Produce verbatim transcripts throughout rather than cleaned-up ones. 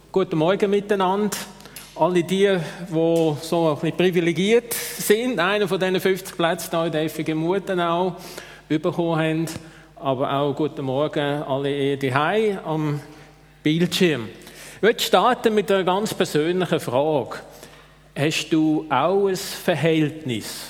Guten Morgen miteinander. Alle die, die so ein bisschen privilegiert sind, einer von diesen fünfzig Plätzen hier in der F G Mutenau bekommen haben. Aber auch guten Morgen alle ihr daheim am Bildschirm. Ich möchte starten mit einer ganz persönlichen Frage. Hast du auch ein Verhältnis?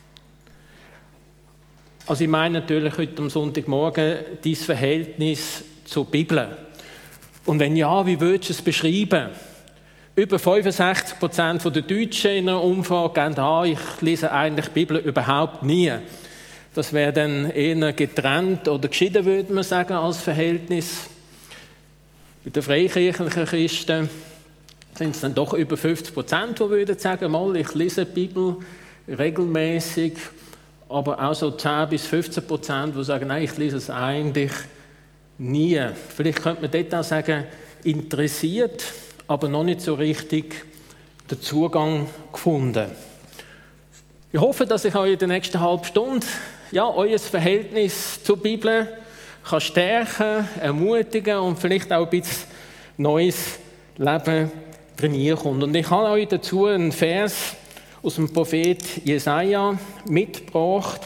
Also ich meine natürlich heute am Sonntagmorgen dein Verhältnis zur Bibel. Und wenn ja, wie würdest du es beschreiben? Über fünfundsechzig Prozent der Deutschen in einer Umfrage geben an, ich lese eigentlich die Bibel überhaupt nie. Das wäre dann eher getrennt oder geschieden, würde man sagen, als Verhältnis. Bei den freikirchlichen Christen sind es dann doch über fünfzig Prozent, die würden sagen, mal, ich lese die Bibel regelmäßig, aber auch so zehn bis fünfzehn Prozent, die sagen, nein, ich lese es eigentlich nie. Vielleicht könnte man dort auch sagen, interessiert, aber noch nicht so richtig den Zugang gefunden. Ich hoffe, dass ich euch in der nächsten halben Stunde ja, euer Verhältnis zur Bibel kann stärken, ermutigen und vielleicht auch ein bisschen neues Leben trainieren kann. Und ich habe euch dazu einen Vers aus dem Prophet Jesaja mitgebracht.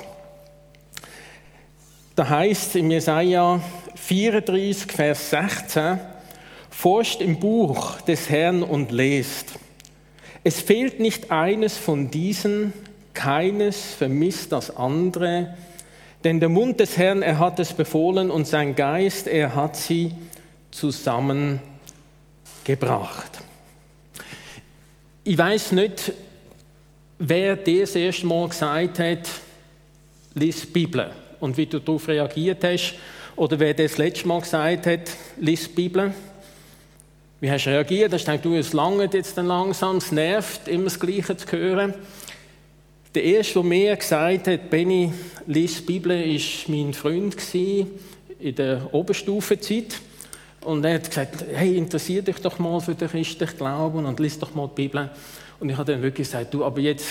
Da heißt in Jesaja vierunddreißig, Vers sechzehn, forscht im Buch des Herrn und lest. Es fehlt nicht eines von diesen, keines vermisst das andere, denn der Mund des Herrn, er hat es befohlen und sein Geist, er hat sie zusammengebracht. Ich weiß nicht, wer dir das erste Mal gesagt hat, lies die Bibel und wie du darauf reagiert hast, oder wer dir das letzte Mal gesagt hat, lies die Bibel. Wie hast du reagiert? Hast du gedacht, du, es langt jetzt dann langsam, es nervt, immer das Gleiche zu hören. Der erste, der mir gesagt hat, Benni, lies die Bibel, war mein Freund in der Oberstufenzeit. Und er hat gesagt, hey, interessier dich doch mal für den christlichen Glauben und lies doch mal die Bibel. Und ich habe dann wirklich gesagt, du, aber jetzt,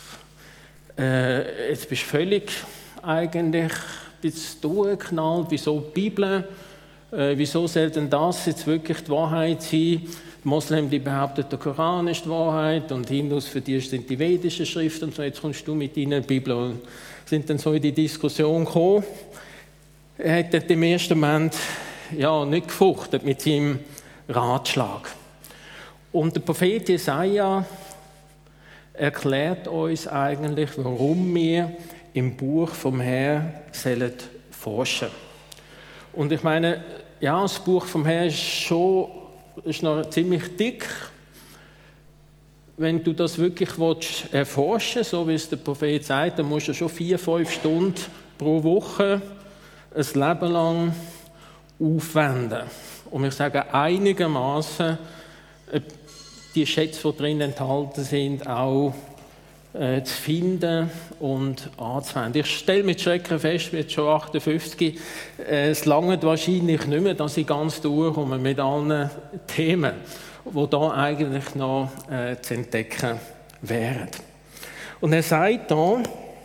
äh, jetzt bist du völlig eigentlich bist durchgeknallt, wieso die Bibel, äh, wieso soll denn das jetzt wirklich die Wahrheit sein? Die Moslem, die behaupten, der Koran ist die Wahrheit und Hindus, für die sind die vedischen Schriften und so, jetzt kommst du mit deiner Bibel und sind dann so in die Diskussion gekommen. Er hat im ersten Moment ja, nicht gefruchtet mit seinem Ratschlag. Und der Prophet Jesaja erklärt uns eigentlich, warum wir im Buch vom Herrn sollen forschen. Und ich meine, ja, das Buch vom Herrn ist schon ist noch ziemlich dick. Wenn du das wirklich willst, erforschen willst, so wie es der Prophet sagt, dann musst du schon vier, fünf Stunden pro Woche ein Leben lang aufwenden. Und ich sage einigermaßen die Schätze, die drin enthalten sind, auch äh, zu finden und anzuwenden. Ich stelle mit Schrecken fest, jetzt schon achtundfünfzig, äh, es langt wahrscheinlich nicht mehr, dass ich ganz durchkomme mit allen Themen, die da eigentlich noch äh, zu entdecken wären. Und er sagt da,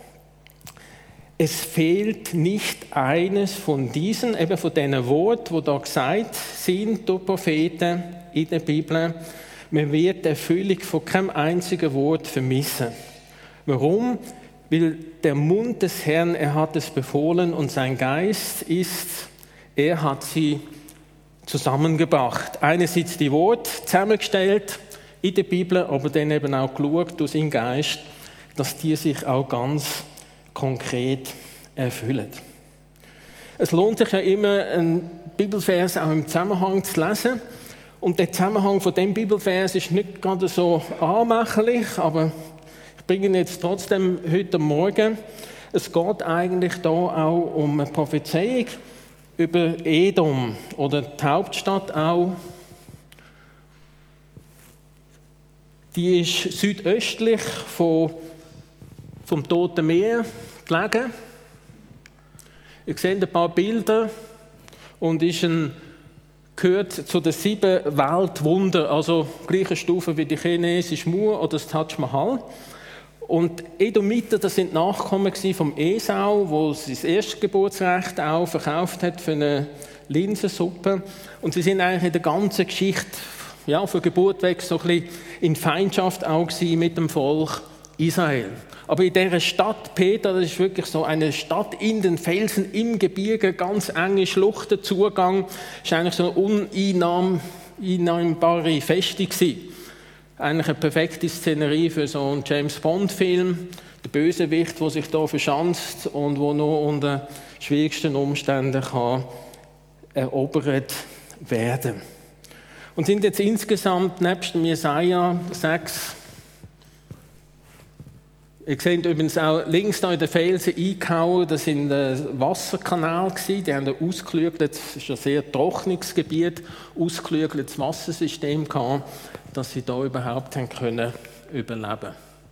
es fehlt nicht eines von diesen, eben von diesen Worten, die da gesagt sind durch Propheten in der Bibel. Man wird die Erfüllung von keinem einzigen Wort vermissen. Warum? Weil der Mund des Herrn, er hat es befohlen und sein Geist ist, er hat sie zusammengebracht. Einerseits die Worte zusammengestellt in der Bibel, aber dann eben auch geschaut durch seinen Geist, dass die sich auch ganz konkret erfüllen. Es lohnt sich ja immer, einen Bibelvers auch im Zusammenhang zu lesen. Und der Zusammenhang von dem Bibelvers ist nicht gerade so anmächerlich, aber ich bringe ihn jetzt trotzdem heute Morgen. Es geht eigentlich da auch um eine Prophezeiung über Edom oder die Hauptstadt auch. Die ist südöstlich von, vom Toten Meer gelegen. Ihr seht ein paar Bilder und ist ein gehört zu den sieben Weltwundern, also gleiche Stufe wie die chinesische Mauer oder das Taj Mahal. Und Edomiter, das sind Nachkommen vom Esau, wo sein Erstgeburtsrecht auch verkauft hat für eine Linsensuppe. Und sie sind eigentlich in der ganzen Geschichte ja, von Geburt weg so ein bisschen in Feindschaft auch gewesen mit dem Volk Israel. Aber in dieser Stadt Petra, das ist wirklich so eine Stadt in den Felsen, im Gebirge, ganz enge Schluchten, Zugang, ist eigentlich so eine uneinnahmbare Festung gewesen. Eigentlich eine perfekte Szenerie für so einen James-Bond-Film. Der Bösewicht, der sich da verschanzt und der nur unter schwierigsten Umständen kann erobert werden. Und sind jetzt insgesamt nebst dem Jesaja sechs. Ihr seht übrigens auch links da in den Felsen eingehauen, das sind Wasserkanäle gewesen. Die haben ein ausgeklügeltes, das ist ein sehr trockenes Gebiet, ausgeklügeltes Wassersystem gehabt, dass sie da überhaupt haben können überleben.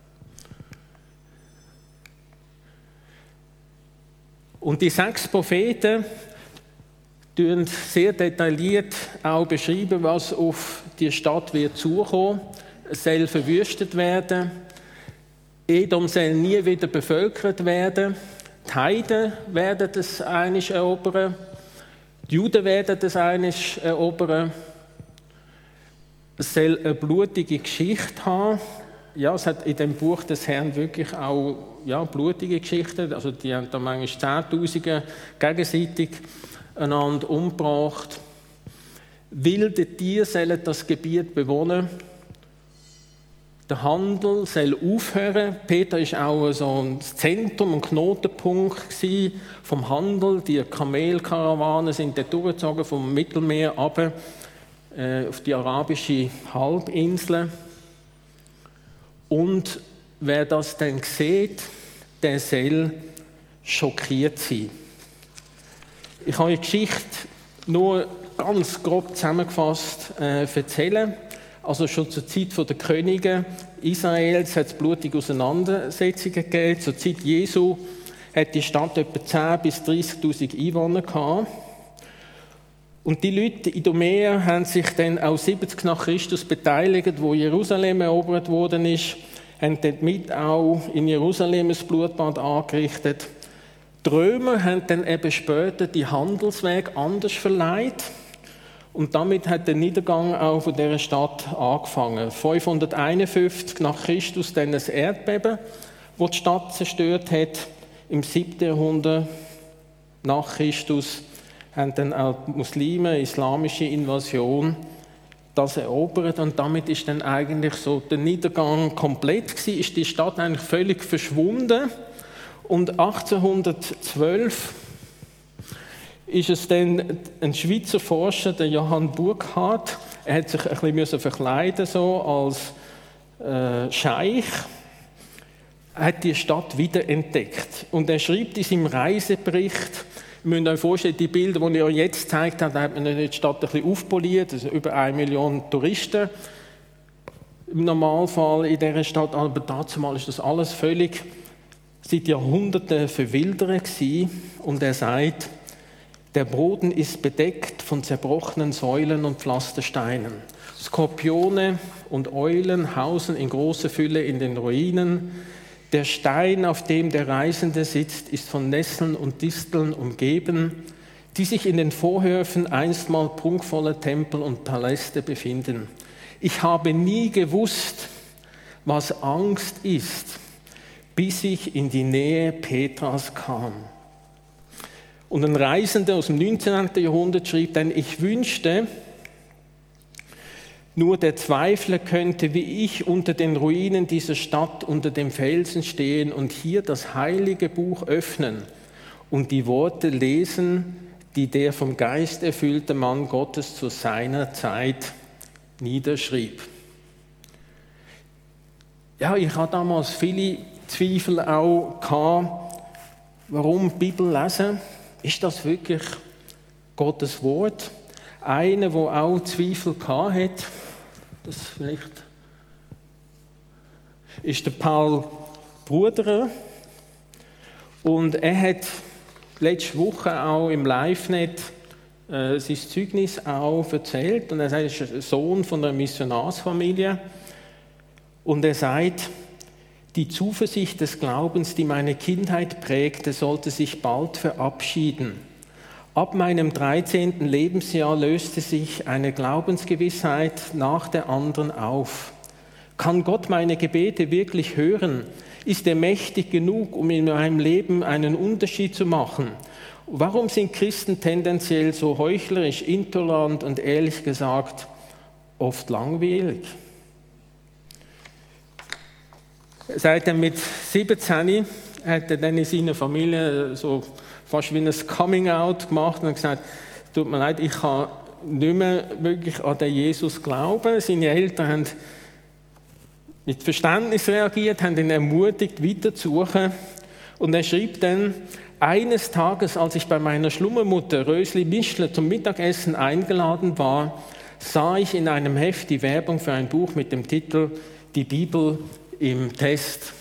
Und die sechs Propheten beschreiben sehr detailliert auch beschreiben, was auf die Stadt wird zukommen. Es soll verwüstet werden. Edom soll nie wieder bevölkert werden. Die Heiden werden das einmal erobern. Die Juden werden das einmal erobern. Es soll eine blutige Geschichte haben. Ja, es hat in dem Buch des Herrn wirklich auch ja, blutige Geschichten. Also die haben da manchmal Zehntausende gegenseitig einander umgebracht. Wilde Tiere sollen das Gebiet bewohnen. Der Handel soll aufhören. Petra war auch so ein Zentrum, ein Knotenpunkt vom Handel. Die Kamelkarawanen sind dort durchgezogen vom Mittelmeer runter, äh, auf die arabische Halbinsel. Und wer das dann sieht, der soll schockiert sein. Ich kann die Geschichte nur ganz grob zusammengefasst äh, erzählen. Also schon zur Zeit der Könige Israels hat es blutige Auseinandersetzungen gegeben. Zur Zeit Jesu hat die Stadt etwa zehn bis dreißigtausend Einwohner gehabt. Und die Leute, die Idumäer, haben sich dann auch siebzig nach Christus beteiligt, wo Jerusalem erobert worden ist, haben dort mit auch in Jerusalem ein Blutbad angerichtet. Die Römer haben dann eben später die Handelswege anders verleiht. Und damit hat der Niedergang auch von dieser Stadt angefangen. fünfhunderteinundfünfzig nach Christus dann ein Erdbeben, das die Stadt zerstört hat. Im siebten Jahrhundert nach Christus haben dann auch die Muslime, islamische Invasion, das erobert. Und damit ist dann eigentlich so der Niedergang komplett gewesen, ist die Stadt eigentlich völlig verschwunden. Und achtzehnhundertzwölf ist es dann ein Schweizer Forscher, der Johann Burckhardt, er hat sich ein bisschen verkleiden so als äh, Scheich, hat die Stadt wiederentdeckt. Und er schreibt in seinem Reisebericht, ihr müsst euch vorstellen, die Bilder, die ich euch jetzt gezeigt habe, da hat man die Stadt ein bisschen aufpoliert, also über eine Million Touristen im Normalfall in dieser Stadt, aber dazu mal ist das alles völlig seit Jahrhunderten verwildert gewesen. Und er sagt, der Boden ist bedeckt von zerbrochenen Säulen und Pflastersteinen. Skorpione und Eulen hausen in großer Fülle in den Ruinen. Der Stein, auf dem der Reisende sitzt, ist von Nesseln und Disteln umgeben, die sich in den Vorhöfen einstmal prunkvoller Tempel und Paläste befinden. Ich habe nie gewusst, was Angst ist, bis ich in die Nähe Petras kam. Und ein Reisender aus dem neunzehnten Jahrhundert schrieb dann, ich wünschte, nur der Zweifler könnte wie ich unter den Ruinen dieser Stadt, unter dem Felsen stehen und hier das heilige Buch öffnen und die Worte lesen, die der vom Geist erfüllte Mann Gottes zu seiner Zeit niederschrieb. Ja, ich hatte damals viele Zweifel auch gehabt, warum die Bibel lesen. Ist das wirklich Gottes Wort? Einer, der auch Zweifel gehabt hat, das vielleicht ist der Paul Bruderer. Und er hat letzte Woche auch im Live-Net äh, sein Zeugnis auch erzählt. Und er sagt, er ist ein Sohn von einer Missionarsfamilie. Und er sagt, die Zuversicht des Glaubens, die meine Kindheit prägte, sollte sich bald verabschieden. Ab meinem dreizehnten Lebensjahr löste sich eine Glaubensgewissheit nach der anderen auf. Kann Gott meine Gebete wirklich hören? Ist er mächtig genug, um in meinem Leben einen Unterschied zu machen? Warum sind Christen tendenziell so heuchlerisch, intolerant und ehrlich gesagt oft langweilig? Seit er mit siebzehn hat er dann in seiner Familie so fast wie ein Coming-out gemacht und gesagt, tut mir leid, ich kann nicht mehr wirklich an den Jesus glauben. Seine Eltern haben mit Verständnis reagiert, haben ihn ermutigt, weiterzusuchen. Und er schrieb dann, eines Tages, als ich bei meiner Schlummermutter Rösli Mischler zum Mittagessen eingeladen war, sah ich in einem Heft die Werbung für ein Buch mit dem Titel Die Bibel im Test.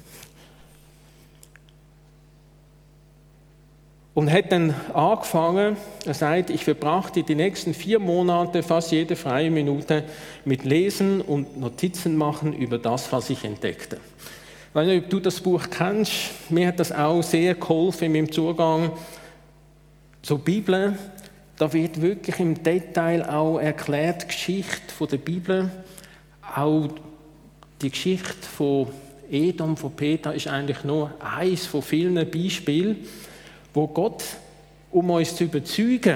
Und hat dann angefangen, er sagt, ich verbrachte die nächsten vier Monate fast jede freie Minute mit Lesen und Notizen machen über das, was ich entdeckte. Ich weiß nicht, ob du das Buch kennst, mir hat das auch sehr geholfen in meinem Zugang zur Bibel. Da wird wirklich im Detail auch erklärt, die Geschichte der Bibel, auch die Geschichte von Edom, von Peter, ist eigentlich nur eines von vielen Beispielen, wo Gott, um uns zu überzeugen,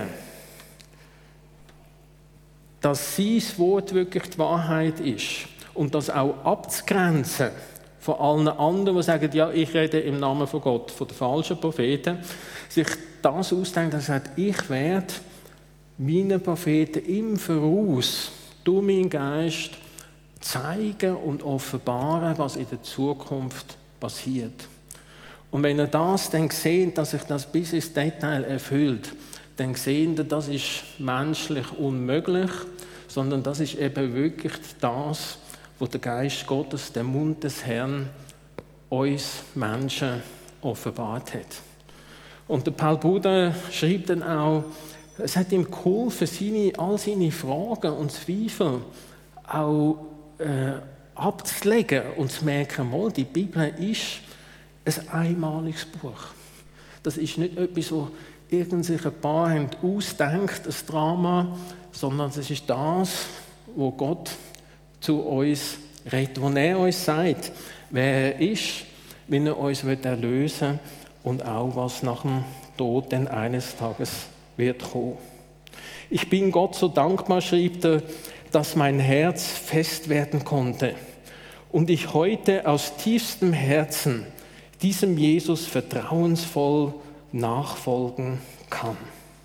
dass sein Wort wirklich die Wahrheit ist und das auch abzugrenzen von allen anderen, die sagen, ja, ich rede im Namen von Gott, von den falschen Propheten, sich das ausdenken, dass er sagt, ich werde meinen Propheten im Voraus durch meinen Geist zeigen und offenbaren, was in der Zukunft passiert. Und wenn ihr das dann seht, dass sich das bis ins Detail erfüllt, dann seht ihr, das ist menschlich unmöglich, sondern das ist eben wirklich das, was der Geist Gottes, der Mund des Herrn, uns Menschen offenbart hat. Und der Paul Buder schreibt dann auch, es hat ihm geholfen, seine, all seine Fragen und Zweifel auch äh, abzulegen und zu merken, mal, die Bibel ist ein einmaliges Buch. Das ist nicht etwas, wo irgendwelche paar haben ausdenkt, ein Drama, sondern es ist das, wo Gott zu uns redet, wo er uns sagt, wer er ist, wie er uns erlösen will und auch, was nach dem Tod dann eines Tages wird kommen. Ich bin Gott so dankbar, schrieb er, dass mein Herz fest werden konnte und ich heute aus tiefstem Herzen diesem Jesus vertrauensvoll nachfolgen kann.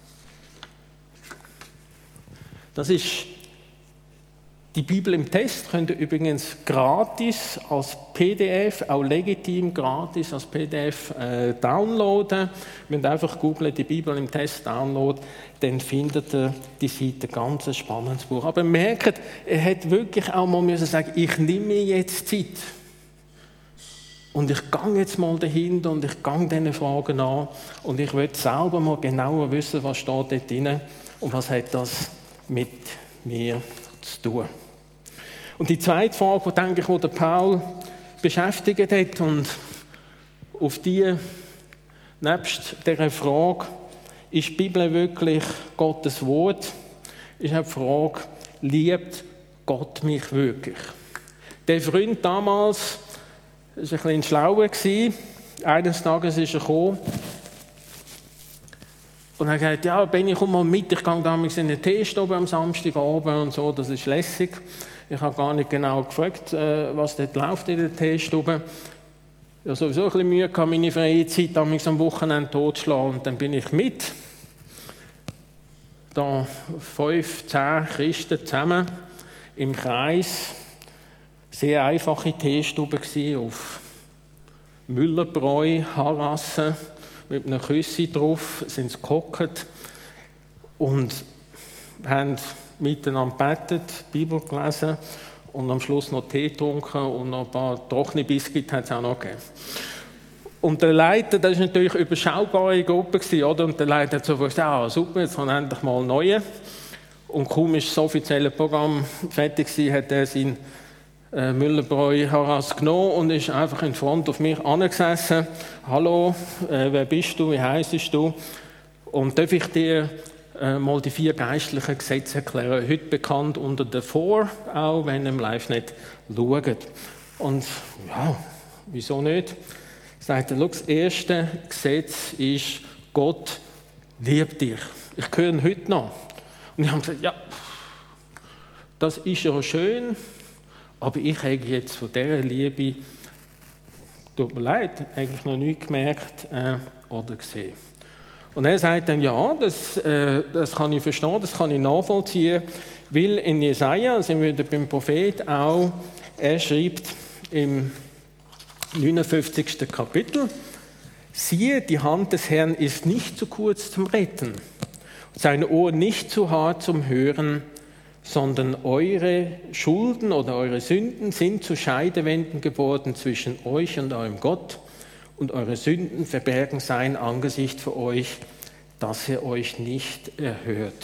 Das ist die Bibel im Test, könnt ihr übrigens gratis als P D F, auch legitim gratis als P D F äh, downloaden. Wenn ihr einfach googelt, die Bibel im Test Download, dann findet ihr die Seite, ganz ein spannendes Buch. Aber merkt, er hat wirklich auch mal müssen sagen, ich nehme mir jetzt Zeit. Und ich gehe jetzt mal dahinter und ich gehe diesen Fragen an und ich will selber mal genauer wissen, was steht dort drin und was hat das mit mir zu tun. Und die zweite Frage, die, denke ich, die der Paul beschäftigt hat und auf die, nebst dieser Frage, ist die Bibel wirklich Gottes Wort, ist auch die Frage, liebt Gott mich wirklich? Der Freund damals, er war ein bisschen schlauer. Eines Tages ist er gekommen und er hat gesagt, ja, Benni, komm mal mit, ich gehe damals in den Teestube am Samstagabend und so, das ist lässig. Ich habe gar nicht genau gefragt, was dort läuft in der Teestube. Ich habe sowieso ein bisschen Mühe gehabt, meine freie Zeit damals am Wochenende totzuschlagen und dann bin ich mit. Da fünf, zehn Christen zusammen im Kreis. Sehr einfache Teestube auf Müllerbräu, Harassen, mit einem Küssi drauf, sind sie gehockt und haben miteinander gebetet, die Bibel gelesen und am Schluss noch Tee getrunken und noch ein paar trockene Biskuits hat es auch noch gegeben. Und der Leiter, das war natürlich eine überschaubare Gruppe, oder? Und der Leiter hat so gesagt, ah, super, jetzt haben wir endlich mal neue. Und kaum ist das offizielle Programm fertig gewesen, hat er sein äh, Müllerbräu Harass genommen und ist einfach in Front auf mich angesessen. Hallo, äh, wer bist du, wie heisst du? Und darf ich dir äh, mal die vier geistlichen Gesetze erklären, heute bekannt unter den Four, auch wenn ihr im Live nicht schaut. Und ja, wieso nicht? Sagt er, schau, das erste Gesetz ist, Gott liebt dich. Ich höre ihn heute noch. Und ich habe gesagt, ja, das ist ja schön, aber ich habe jetzt von dieser Liebe, tut mir leid, eigentlich noch nie gemerkt äh, oder gesehen. Und er sagt dann, ja, das, äh, das kann ich verstehen, das kann ich nachvollziehen, weil in Jesaja, sind wir beim Prophet auch, er schreibt im neunundfünfzigsten Kapitel, siehe, die Hand des Herrn ist nicht zu kurz zum Retten, seine Ohren nicht zu hart zum Hören, sondern eure Schulden oder eure Sünden sind zu Scheidewänden geworden zwischen euch und eurem Gott, und eure Sünden verbergen sein Angesicht vor euch, dass er euch nicht erhört.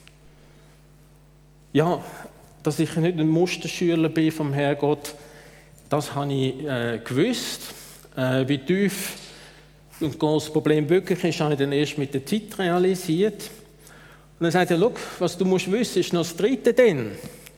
Ja, dass ich nicht ein Musterschüler bin vom Herrgott, das habe ich äh, gewusst. Äh, wie tief und groß das Problem wirklich ist, habe ich dann erst mit der Zeit realisiert. Und dann sagt er, schau, was du musst wissen, ist noch das Dritte denn,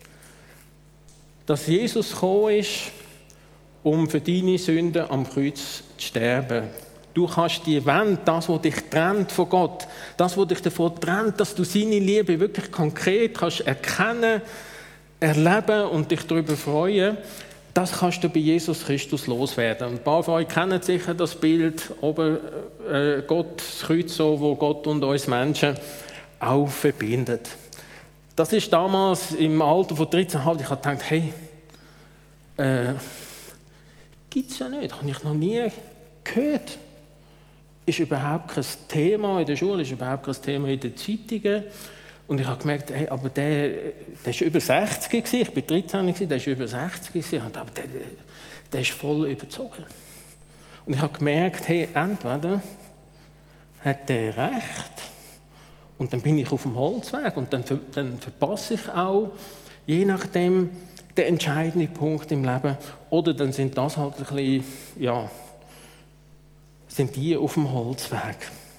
dass Jesus gekommen ist, um für deine Sünden am Kreuz zu sterben. Du kannst die Wand, das, was dich trennt von Gott, das, was dich davon trennt, dass du seine Liebe wirklich konkret kannst erkennen, erleben und dich darüber freuen, das kannst du bei Jesus Christus loswerden. Und ein paar von euch kennen sicher das Bild, oben äh, Gott, das Kreuz, so, wo Gott und uns Menschen auch verbindet. Das ist damals im Alter von dreizehn Komma fünf, ich habe gedacht, hey, äh, gibt es ja nicht, habe ich noch nie gehört. Ist überhaupt kein Thema in der Schule, ist überhaupt kein Thema in den Zeitungen. Und ich habe gemerkt, hey, aber der, der war über sechzig gewesen, ich war dreizehn, der war über sechzig gewesen, aber der, der ist voll überzogen. Und ich habe gemerkt, hey, entweder hat der recht, und dann bin ich auf dem Holzweg und dann, dann verpasse ich auch, je nachdem, den entscheidenden Punkt im Leben. Oder dann sind das halt ein bisschen, ja, sind die auf dem Holzweg.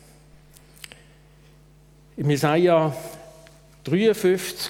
Im Jesaja dreiundfünfzig,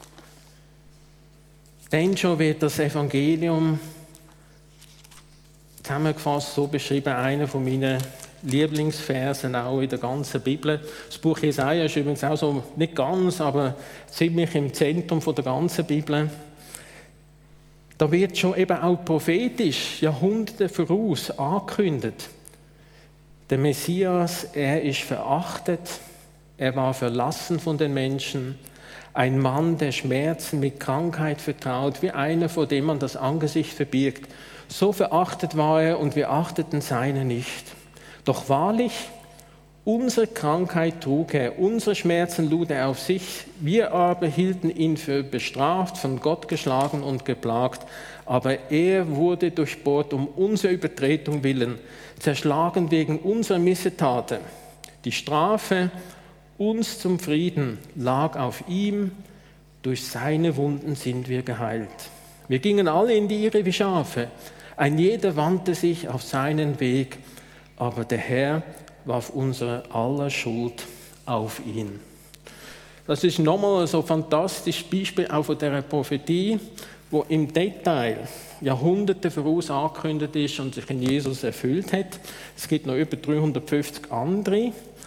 dann schon wird das Evangelium zusammengefasst so beschrieben, einer von meinen Lieblingsversen auch in der ganzen Bibel. Das Buch Jesaja ist übrigens auch so, nicht ganz, aber ziemlich im Zentrum von der ganzen Bibel. Da wird schon eben auch prophetisch, Jahrhunderte voraus, angekündigt. Der Messias, er ist verachtet, er war verlassen von den Menschen, ein Mann, der Schmerzen mit Krankheit vertraut, wie einer, vor dem man das Angesicht verbirgt. So verachtet war er und wir achteten seine nicht. Doch wahrlich, unsere Krankheit trug er, unsere Schmerzen lud er auf sich. Wir aber hielten ihn für bestraft, von Gott geschlagen und geplagt. Aber er wurde durchbohrt um unsere Übertretung willen, zerschlagen wegen unserer Missetaten. Die Strafe uns zum Frieden lag auf ihm, durch seine Wunden sind wir geheilt. Wir gingen alle in die Irre wie Schafe, ein jeder wandte sich auf seinen Weg, aber der Herr warf unsere aller Schuld auf ihn. Das ist nochmal so ein fantastisches Beispiel auch von dieser Prophetie, wo im Detail Jahrhunderte voraus angekündigt ist und sich in Jesus erfüllt hat. Es gibt noch über dreihundertfünfzig andere.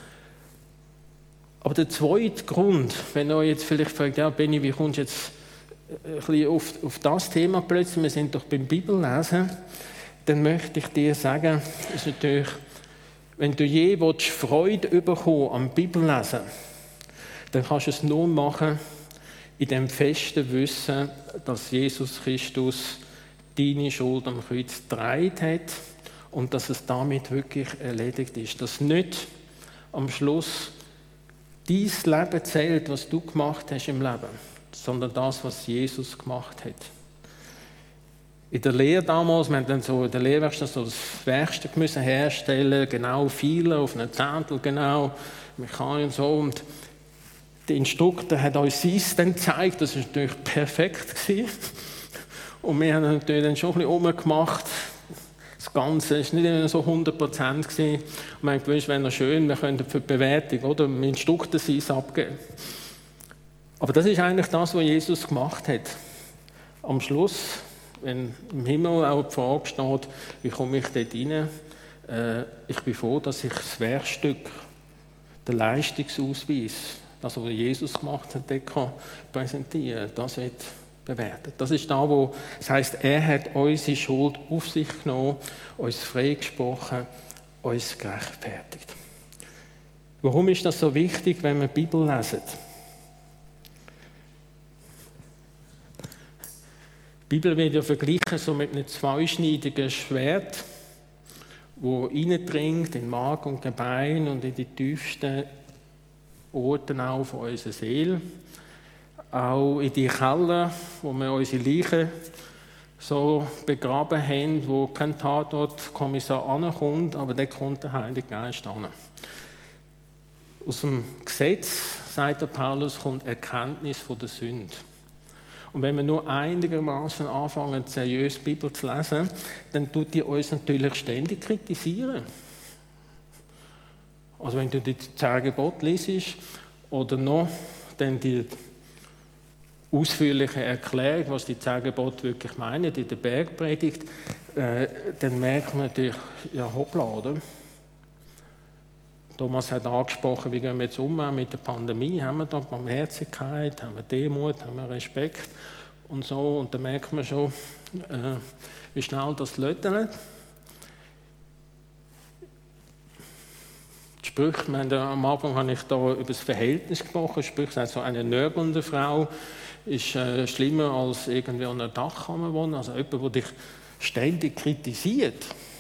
Aber der zweite Grund, wenn ihr jetzt vielleicht fragt, ja Benni, wie kommst du jetzt ein bisschen auf, auf das Thema plötzlich, wir sind doch beim Bibellesen, dann möchte ich dir sagen, ist natürlich, wenn du je willst, Freude bekommen am Bibellesen, dann kannst du es nur machen in dem festen Wissen, dass Jesus Christus deine Schuld am Kreuz getragen hat und dass es damit wirklich erledigt ist. Dass nicht am Schluss dein Leben zählt, was du gemacht hast im Leben, sondern das, was Jesus gemacht hat. In der Lehre damals, wir haben dann so in der Lehrwerkstatt so das Werkstück müssen herstellen, genau viele auf einem Zehntel, genau, Mechaniker und so. Und der Instruktor hat uns dies dann gezeigt, das war natürlich perfekt gewesen. Und wir haben natürlich dann schon ein bisschen rumgemacht, das Ganze war nicht immer so hundert Prozent. Und man gewünscht, wäre noch schön, wir könnten für die Bewertung oder mit einem Stück des Eis abgeben. Aber das ist eigentlich das, was Jesus gemacht hat. Am Schluss, wenn im Himmel auch die Frage steht, wie komme ich dort rein? Äh, ich bin froh, dass ich das Werkstück, den Leistungsausweis, das, was Jesus gemacht hat, dort kann präsentieren kann. Das wird bewertet. Das ist da, wo es heisst, er hat unsere Schuld auf sich genommen, uns freigesprochen, uns gerechtfertigt. Warum ist das so wichtig, wenn wir die Bibel lesen? Die Bibel wird ja verglichen so mit einem zweischneidigen Schwert, wo reindringt in Mark und Gebein und in die tiefsten Orten auch von unserer Seele. Auch in die Keller, wo wir unsere Leichen so begraben haben, wo kein Tatortkommissar ankommt, aber der kommt der Heilige Geist an. Aus dem Gesetz, sagt der Paulus, kommt Erkenntnis von der Sünde. Und wenn wir nur einigermaßen anfangen, seriös die Bibel zu lesen, dann tut die uns natürlich ständig kritisieren. Also wenn du die zehn Gebote liest oder noch dann die ausführliche Erklärung, was die zehn Gebote wirklich meinen, in der Bergpredigt, äh, dann merkt man natürlich, ja hoppla, oder? Thomas hat angesprochen, wie gehen wir jetzt um mit der Pandemie, haben wir da Barmherzigkeit, haben wir Demut, haben wir Respekt und so, und dann merkt man schon, äh, wie schnell das lötert. Die Sprüche, wir haben ja, am Anfang habe ich da über das Verhältnis gesprochen, die Sprüche sagt so, eine nörgelnde Frau ist äh, schlimmer als irgendwie an einer Dachkammer wohnen, also jemand, der dich ständig kritisiert.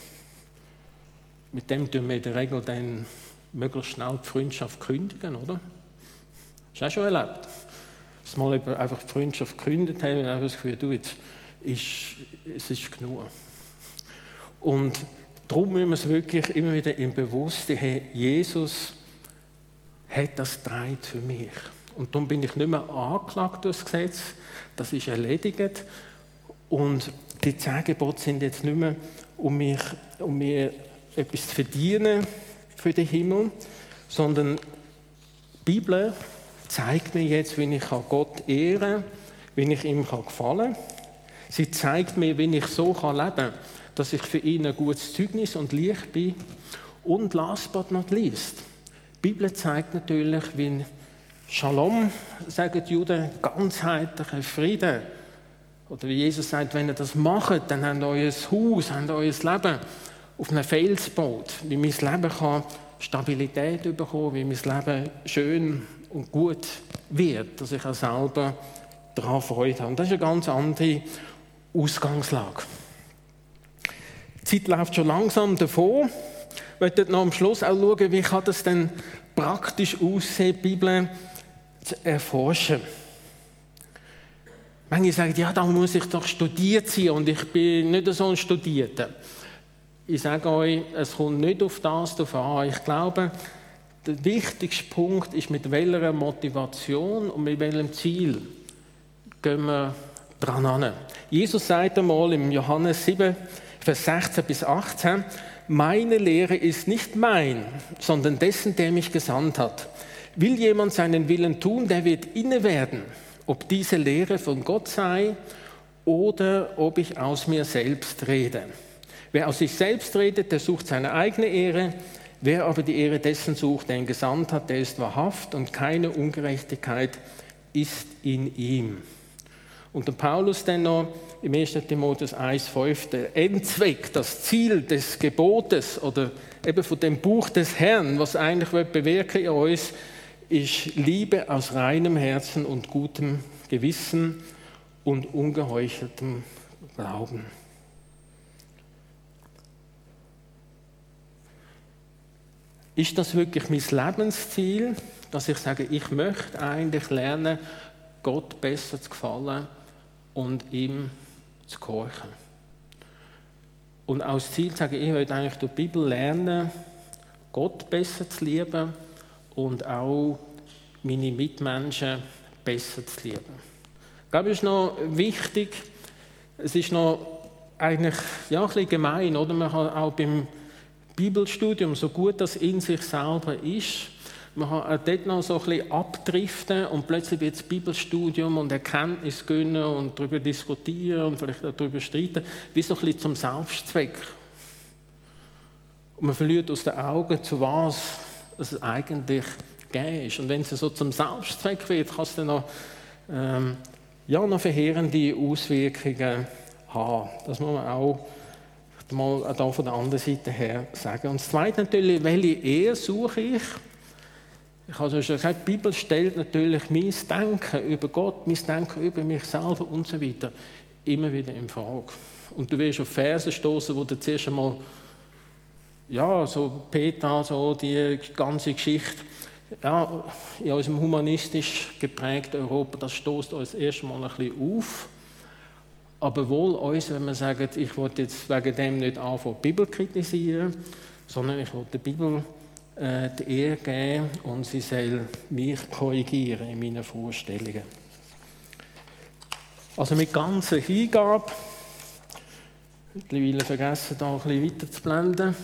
Mit dem tun wir in der Regel dann möglichst schnell die Freundschaft kündigen, oder? Hast du auch schon erlebt? Dass mal jemand einfach die Freundschaft gekündigt hat und einfach das Gefühl, du, jetzt ist, es ist genug. Und darum müssen wir es wirklich immer wieder im Bewusstsein haben, Jesus hat das getragen für mich. Und darum bin ich nicht mehr angeklagt durch das Gesetz, das ist erledigt. Und die zehn Gebote sind jetzt nicht mehr, um, mich, um mir etwas zu verdienen für den Himmel, sondern die Bibel zeigt mir jetzt, wie ich Gott ehren kann, wie ich ihm gefallen kann. Sie zeigt mir, wie ich so leben kann, dass ich für ihn ein gutes Zeugnis und Licht bin. Und last but not least, die Bibel zeigt natürlich, wie Shalom, sagen die Juden, ganzheitlicher Frieden. Oder wie Jesus sagt, wenn ihr das macht, dann habt ihr euer Haus, habt ihr euer Leben auf einem Fels gebaut. Wie mein Leben kann Stabilität bekommen, wie mein Leben schön und gut wird, dass ich auch selber daran Freude habe. Und das ist eine ganz andere Ausgangslage. Die Zeit läuft schon langsam davon. Ich möchte noch am Schluss auch schauen, wie kann das denn praktisch aussehen, die Bibel zu erforschen. Manche sagen, ja, da muss ich doch studiert sein und ich bin nicht so ein Studierter. Ich sage euch, es kommt nicht auf das drauf an. Ich glaube, der wichtigste Punkt ist, mit welcher Motivation und mit welchem Ziel gehen wir dran an. Jesus sagt einmal im Johannes sieben, Vers sechzehn bis achtzehn, meine Lehre ist nicht mein, sondern dessen, der mich gesandt hat. Will jemand seinen Willen tun, der wird inne werden, ob diese Lehre von Gott sei oder ob ich aus mir selbst rede. Wer aus sich selbst redet, der sucht seine eigene Ehre. Wer aber die Ehre dessen sucht, der ihn gesandt hat, der ist wahrhaft und keine Ungerechtigkeit ist in ihm. Und der Paulus dann noch im ersten Timotheus eins fünf, der Endzweck, das Ziel des Gebotes oder eben von dem Buch des Herrn, was eigentlich bewirken in uns, ist Liebe aus reinem Herzen und gutem Gewissen und ungeheucheltem Glauben. Ist das wirklich mein Lebensziel, dass ich sage, ich möchte eigentlich lernen, Gott besser zu gefallen und ihm zu gehorchen? Und als Ziel sage ich, ich möchte eigentlich durch die Bibel lernen, Gott besser zu lieben und auch meine Mitmenschen besser zu lieben. Ich glaube, es ist noch wichtig, es ist noch eigentlich ja, ein bisschen gemein, oder? Man kann auch beim Bibelstudium, so gut das in sich selber ist, man kann auch dort noch so ein bisschen abdriften und plötzlich wird das Bibelstudium und Erkenntnis gewinnen und darüber diskutieren und vielleicht auch darüber streiten, wie so ein bisschen zum Selbstzweck. Und man verliert aus den Augen, zu was es eigentlich gegeben ist. Und wenn es so zum Selbstzweck wird, kann es dann noch, ähm, ja, noch verheerende Auswirkungen haben. Das muss man auch mal da von der anderen Seite her sagen. Und das Zweite natürlich, welche Ehe suche ich? Ich habe schon gesagt, die Bibel stellt natürlich mein Denken über Gott, mein Denken über mich selber und so weiter immer wieder in Frage. Und du wirst auf Verse stoßen, wo du zuerst einmal, ja, so Peter, so die ganze Geschichte, ja, in unserem humanistisch geprägten Europa, das stößt uns erst mal ein bisschen auf. Aber wohl uns, wenn wir sagen, ich will jetzt wegen dem nicht anfangen, die Bibel kritisieren, sondern ich will der Bibel äh, die Ehre geben und sie soll mich korrigieren in meinen Vorstellungen. Also mit ganzer Hingabe, mittlerweile vergessen, da ein bisschen weiter zu blenden.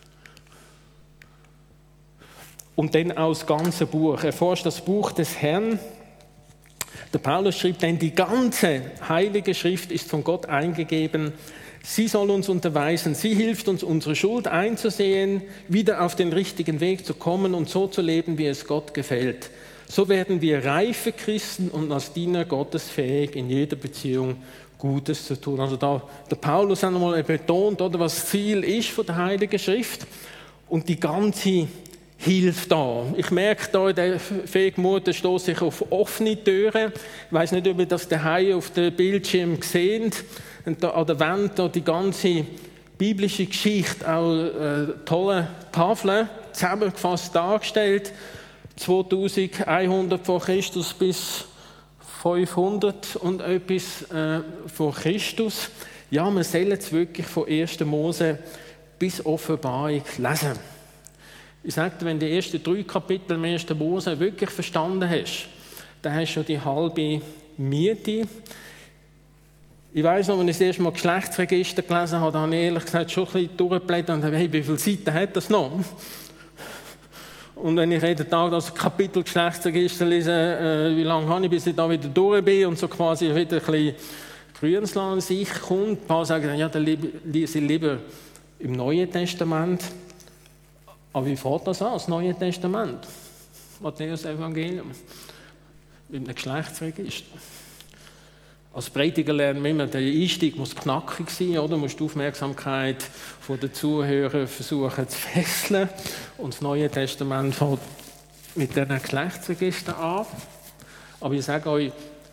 Und dann auch das ganze Buch. Erforscht das Buch des Herrn. Der Paulus schreibt dann, die ganze Heilige Schrift ist von Gott eingegeben. Sie soll uns unterweisen. Sie hilft uns, unsere Schuld einzusehen, wieder auf den richtigen Weg zu kommen und so zu leben, wie es Gott gefällt. So werden wir reife Christen und als Diener Gottes fähig, in jeder Beziehung Gutes zu tun. Also da der Paulus hat nochmal betont, oder, was das Ziel ist von der Heiligen Schrift. Und die ganze Hilfe da. Ich merke da in der Fähigmut, stoße ich auf offene Türen. Ich weiss nicht, ob ihr das daheim auf dem Bildschirm seht. Und da an der Wand da die ganze biblische Geschichte, auch äh, tolle Tafeln, zusammengefasst dargestellt. zweitausendeinhundert vor Christus bis fünfhundert und etwas äh, vor Christus. Ja, wir sollen jetzt wirklich von ersten Mose bis Offenbarung lesen. Ich sage dir, wenn du die ersten drei Kapitel im ersten Mose wirklich verstanden hast, dann hast du schon die halbe Miete. Ich weiss noch, als ich das erste Mal Geschlechtsregister gelesen habe, habe ich ehrlich gesagt schon ein bisschen durchgeblättert und dachte, hey, wie viele Seiten hat das noch? Und wenn ich jeden Tag das Kapitel Geschlechtsregister lese, äh, wie lange habe ich, bis ich da wieder durch bin und so quasi wieder ein bisschen Grünes an sich kommt. Ein paar sagen, ja, dann lese ich lieber im Neuen Testament. Aber wie fängt das an, das Neue Testament? Matthäus Evangelium. Mit einem Geschlechtsregister. Als Prediger lernen wir immer, der Einstieg muss knackig sein, oder? Du musst die Aufmerksamkeit der Zuhörer versuchen zu fesseln. Und das Neue Testament fängt mit diesen Geschlechtsregistern an. Aber ich sage euch,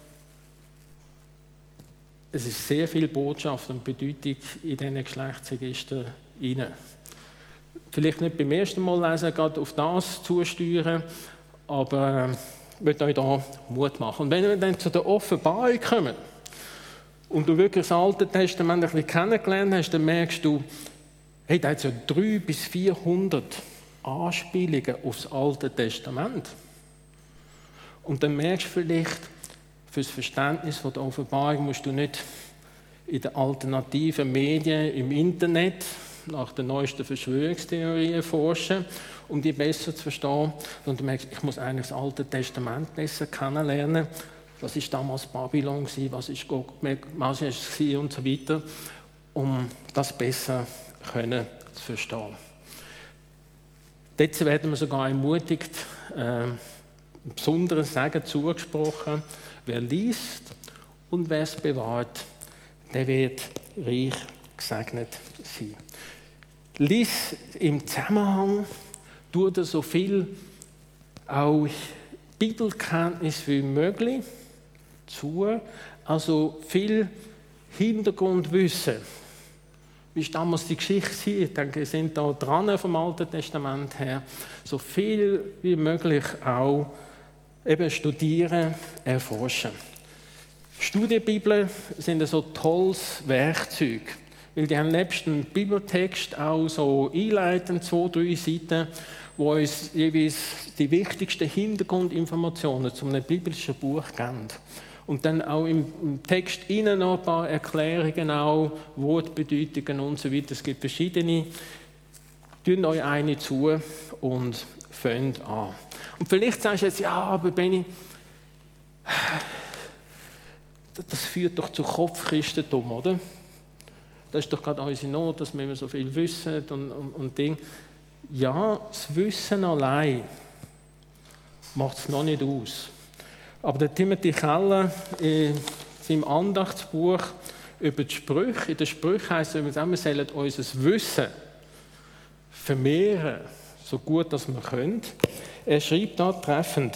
es ist sehr viel Botschaft und Bedeutung in diesen Geschlechtsregistern hinein. Vielleicht nicht beim ersten Mal lesen, gerade auf das zusteuern, aber ich möchte euch da Mut machen. Und wenn wir dann zu der Offenbarung kommen und du wirklich das Alte Testament ein bisschen kennengelernt hast, dann merkst du, hey, da hat es ja dreihundert bis vierhundert Anspielungen auf das Alte Testament. Und dann merkst du vielleicht, für das Verständnis von der Offenbarung musst du nicht in den alternativen Medien im Internet nach den neuesten Verschwörungstheorien forschen, um die besser zu verstehen. Und du merkst, ich muss eigentlich das Alte Testament besser kennenlernen. Was war damals Babylon, was war Gog Magog und so weiter, um das besser können zu verstehen. Dazu werden wir sogar ermutigt, äh, ein besonderes Segen zugesprochen. Wer liest und wer es bewahrt, der wird reich gesegnet sein. Lies im Zusammenhang, tu dir so viel auch Bibelkenntnis wie möglich zu, also viel Hintergrundwissen. Wie ist damals die Geschichte? Ich denke, wir sind da dran vom Alten Testament her. So viel wie möglich auch eben studieren, erforschen. Studienbibeln sind so ein tolles Werkzeug, weil die haben nebst dem Bibeltext auch so einleitend zwei, drei Seiten, wo uns jeweils die wichtigsten Hintergrundinformationen zu einem biblischen Buch geben. Und dann auch im, im Text innen noch ein paar Erklärungen, auch Wortbedeutungen und so weiter. Es gibt verschiedene. Tun euch eine zu und fängt an. Und vielleicht sagst du jetzt, ja, aber Benni, das führt doch zu Kopfchristentum, oder? Das ist doch gerade unsere Not, dass wir so viel wissen und, und, und Dinge. Ja, das Wissen allein macht es noch nicht aus. Aber der Timothy Keller in seinem Andachtsbuch über die Sprüche, in den Sprüchen heisst es, wir sollen unser Wissen vermehren, so gut dass wir können. Er schreibt da treffend: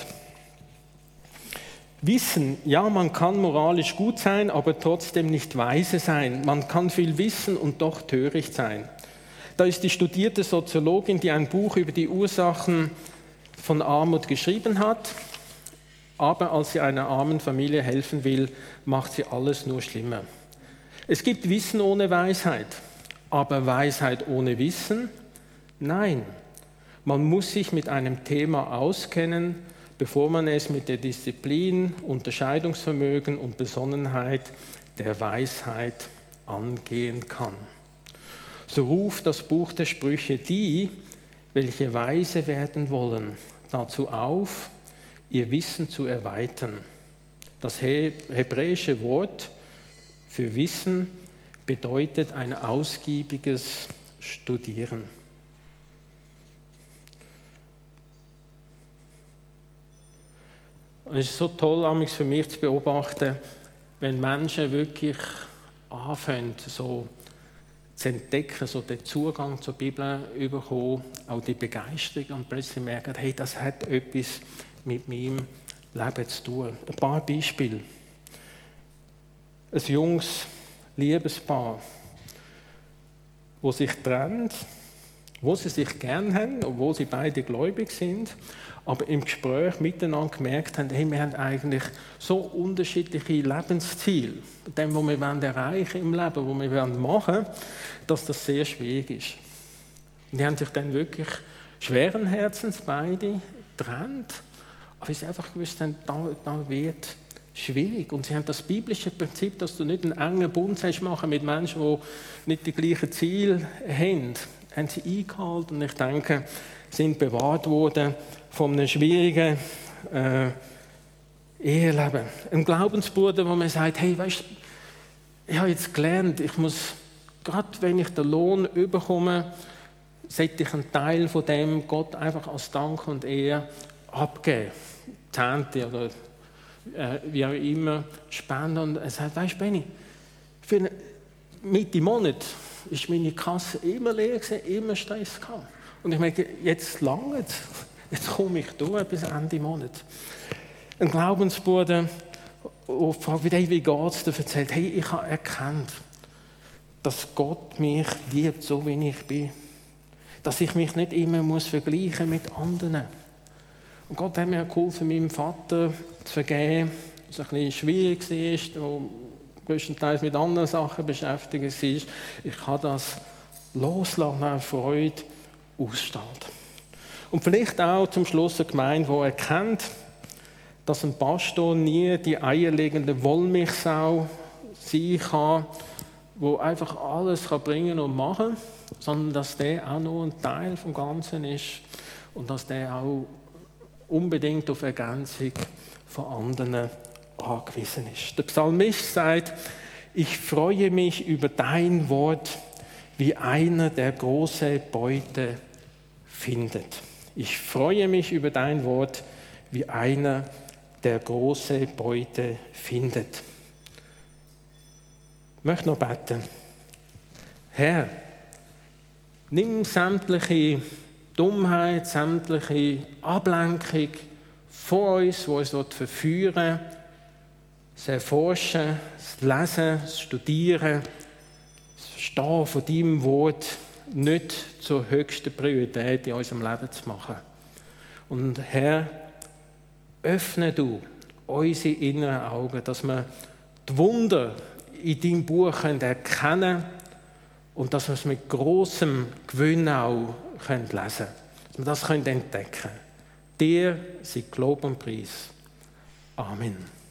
Wissen, ja, man kann moralisch gut sein, aber trotzdem nicht weise sein. Man kann viel wissen und doch töricht sein. Da ist die studierte Soziologin, die ein Buch über die Ursachen von Armut geschrieben hat, aber als sie einer armen Familie helfen will, macht sie alles nur schlimmer. Es gibt Wissen ohne Weisheit, aber Weisheit ohne Wissen? Nein. Man muss sich mit einem Thema auskennen, bevor man es mit der Disziplin, Unterscheidungsvermögen und Besonnenheit der Weisheit angehen kann. So ruft das Buch der Sprüche die, welche weise werden wollen, dazu auf, ihr Wissen zu erweitern. Das hebräische Wort für Wissen bedeutet ein ausgiebiges Studieren. Und es ist so toll, für mich zu beobachten, wenn Menschen wirklich anfangen, so zu entdecken, so den Zugang zur Bibel bekommen, auch die Begeisterung und plötzlich merken, hey, das hat etwas mit meinem Leben zu tun. Ein paar Beispiele. Ein junges Liebespaar, das sich trennt, wo sie sich gern haben, obwohl sie beide gläubig sind, aber im Gespräch miteinander gemerkt haben, hey, wir haben eigentlich so unterschiedliche Lebensziele, dem, was wir erreichen im Leben, was wir machen wollen, dass das sehr schwierig ist. Und die haben sich dann wirklich schweren Herzens beide getrennt, aber sie einfach gewusst haben, da, da wird schwierig. Und sie haben das biblische Prinzip, dass du nicht einen engen Bund hast machen mit Menschen, die nicht die gleichen Ziele haben, haben sie eingehalten und ich denke, sind bewahrt worden von einem schwierigen äh, Eheleben. Ein Glaubensbruder, wo man sagt, hey, weißt du, ich habe jetzt gelernt, ich muss, gerade wenn ich den Lohn überkomme, sollte ich einen Teil von dem Gott einfach als Dank und Ehre abgeben. Zehnte oder äh, wie auch immer, spenden. Und er sagt, weißt du, Benni, für Mitte Monat ist meine Kasse immer leer gewesen, immer Stress gehabt. Und ich merke, jetzt lange, jetzt komme ich durch bis Ende Monat. Ein Glaubensbruder, der fragt, wie geht es dir, erzählt, hey, ich habe erkannt, dass Gott mich liebt, so wie ich bin. Dass ich mich nicht immer muss vergleichen mit anderen. Und Gott hat mir geholfen, meinem Vater zu vergeben, was ein bisschen schwierig war, größtenteils mit anderen Sachen beschäftigt war. Ich kann das loslassen, eine Freude aussteht. Und vielleicht auch zum Schluss eine Gemeinde, die erkennt, dass ein Pastor nie die eierlegende Wollmilchsau sein kann, die einfach alles kann bringen und machen kann, sondern dass der auch nur ein Teil vom Ganzen ist und dass der auch unbedingt auf Ergänzung von anderen angewiesen ist. Der Psalmist sagt, ich freue mich über dein Wort, wie einer, der große Beute findet. Ich freue mich über dein Wort, wie einer, der große Beute findet. Ich möchte noch beten. Herr, nimm sämtliche Dummheit, sämtliche Ablenkung von uns, die uns verführen, das Erforschen, das Lesen, das Studieren, das Verstehen von deinem Wort nicht zur höchsten Priorität in unserem Leben zu machen. Und Herr, öffne du unsere inneren Augen, dass wir die Wunder in deinem Buch erkennen können und dass wir es mit grossem Gewinn auch lesen können. Dass wir das entdecken können. Dir sei Lob und Preis. Amen.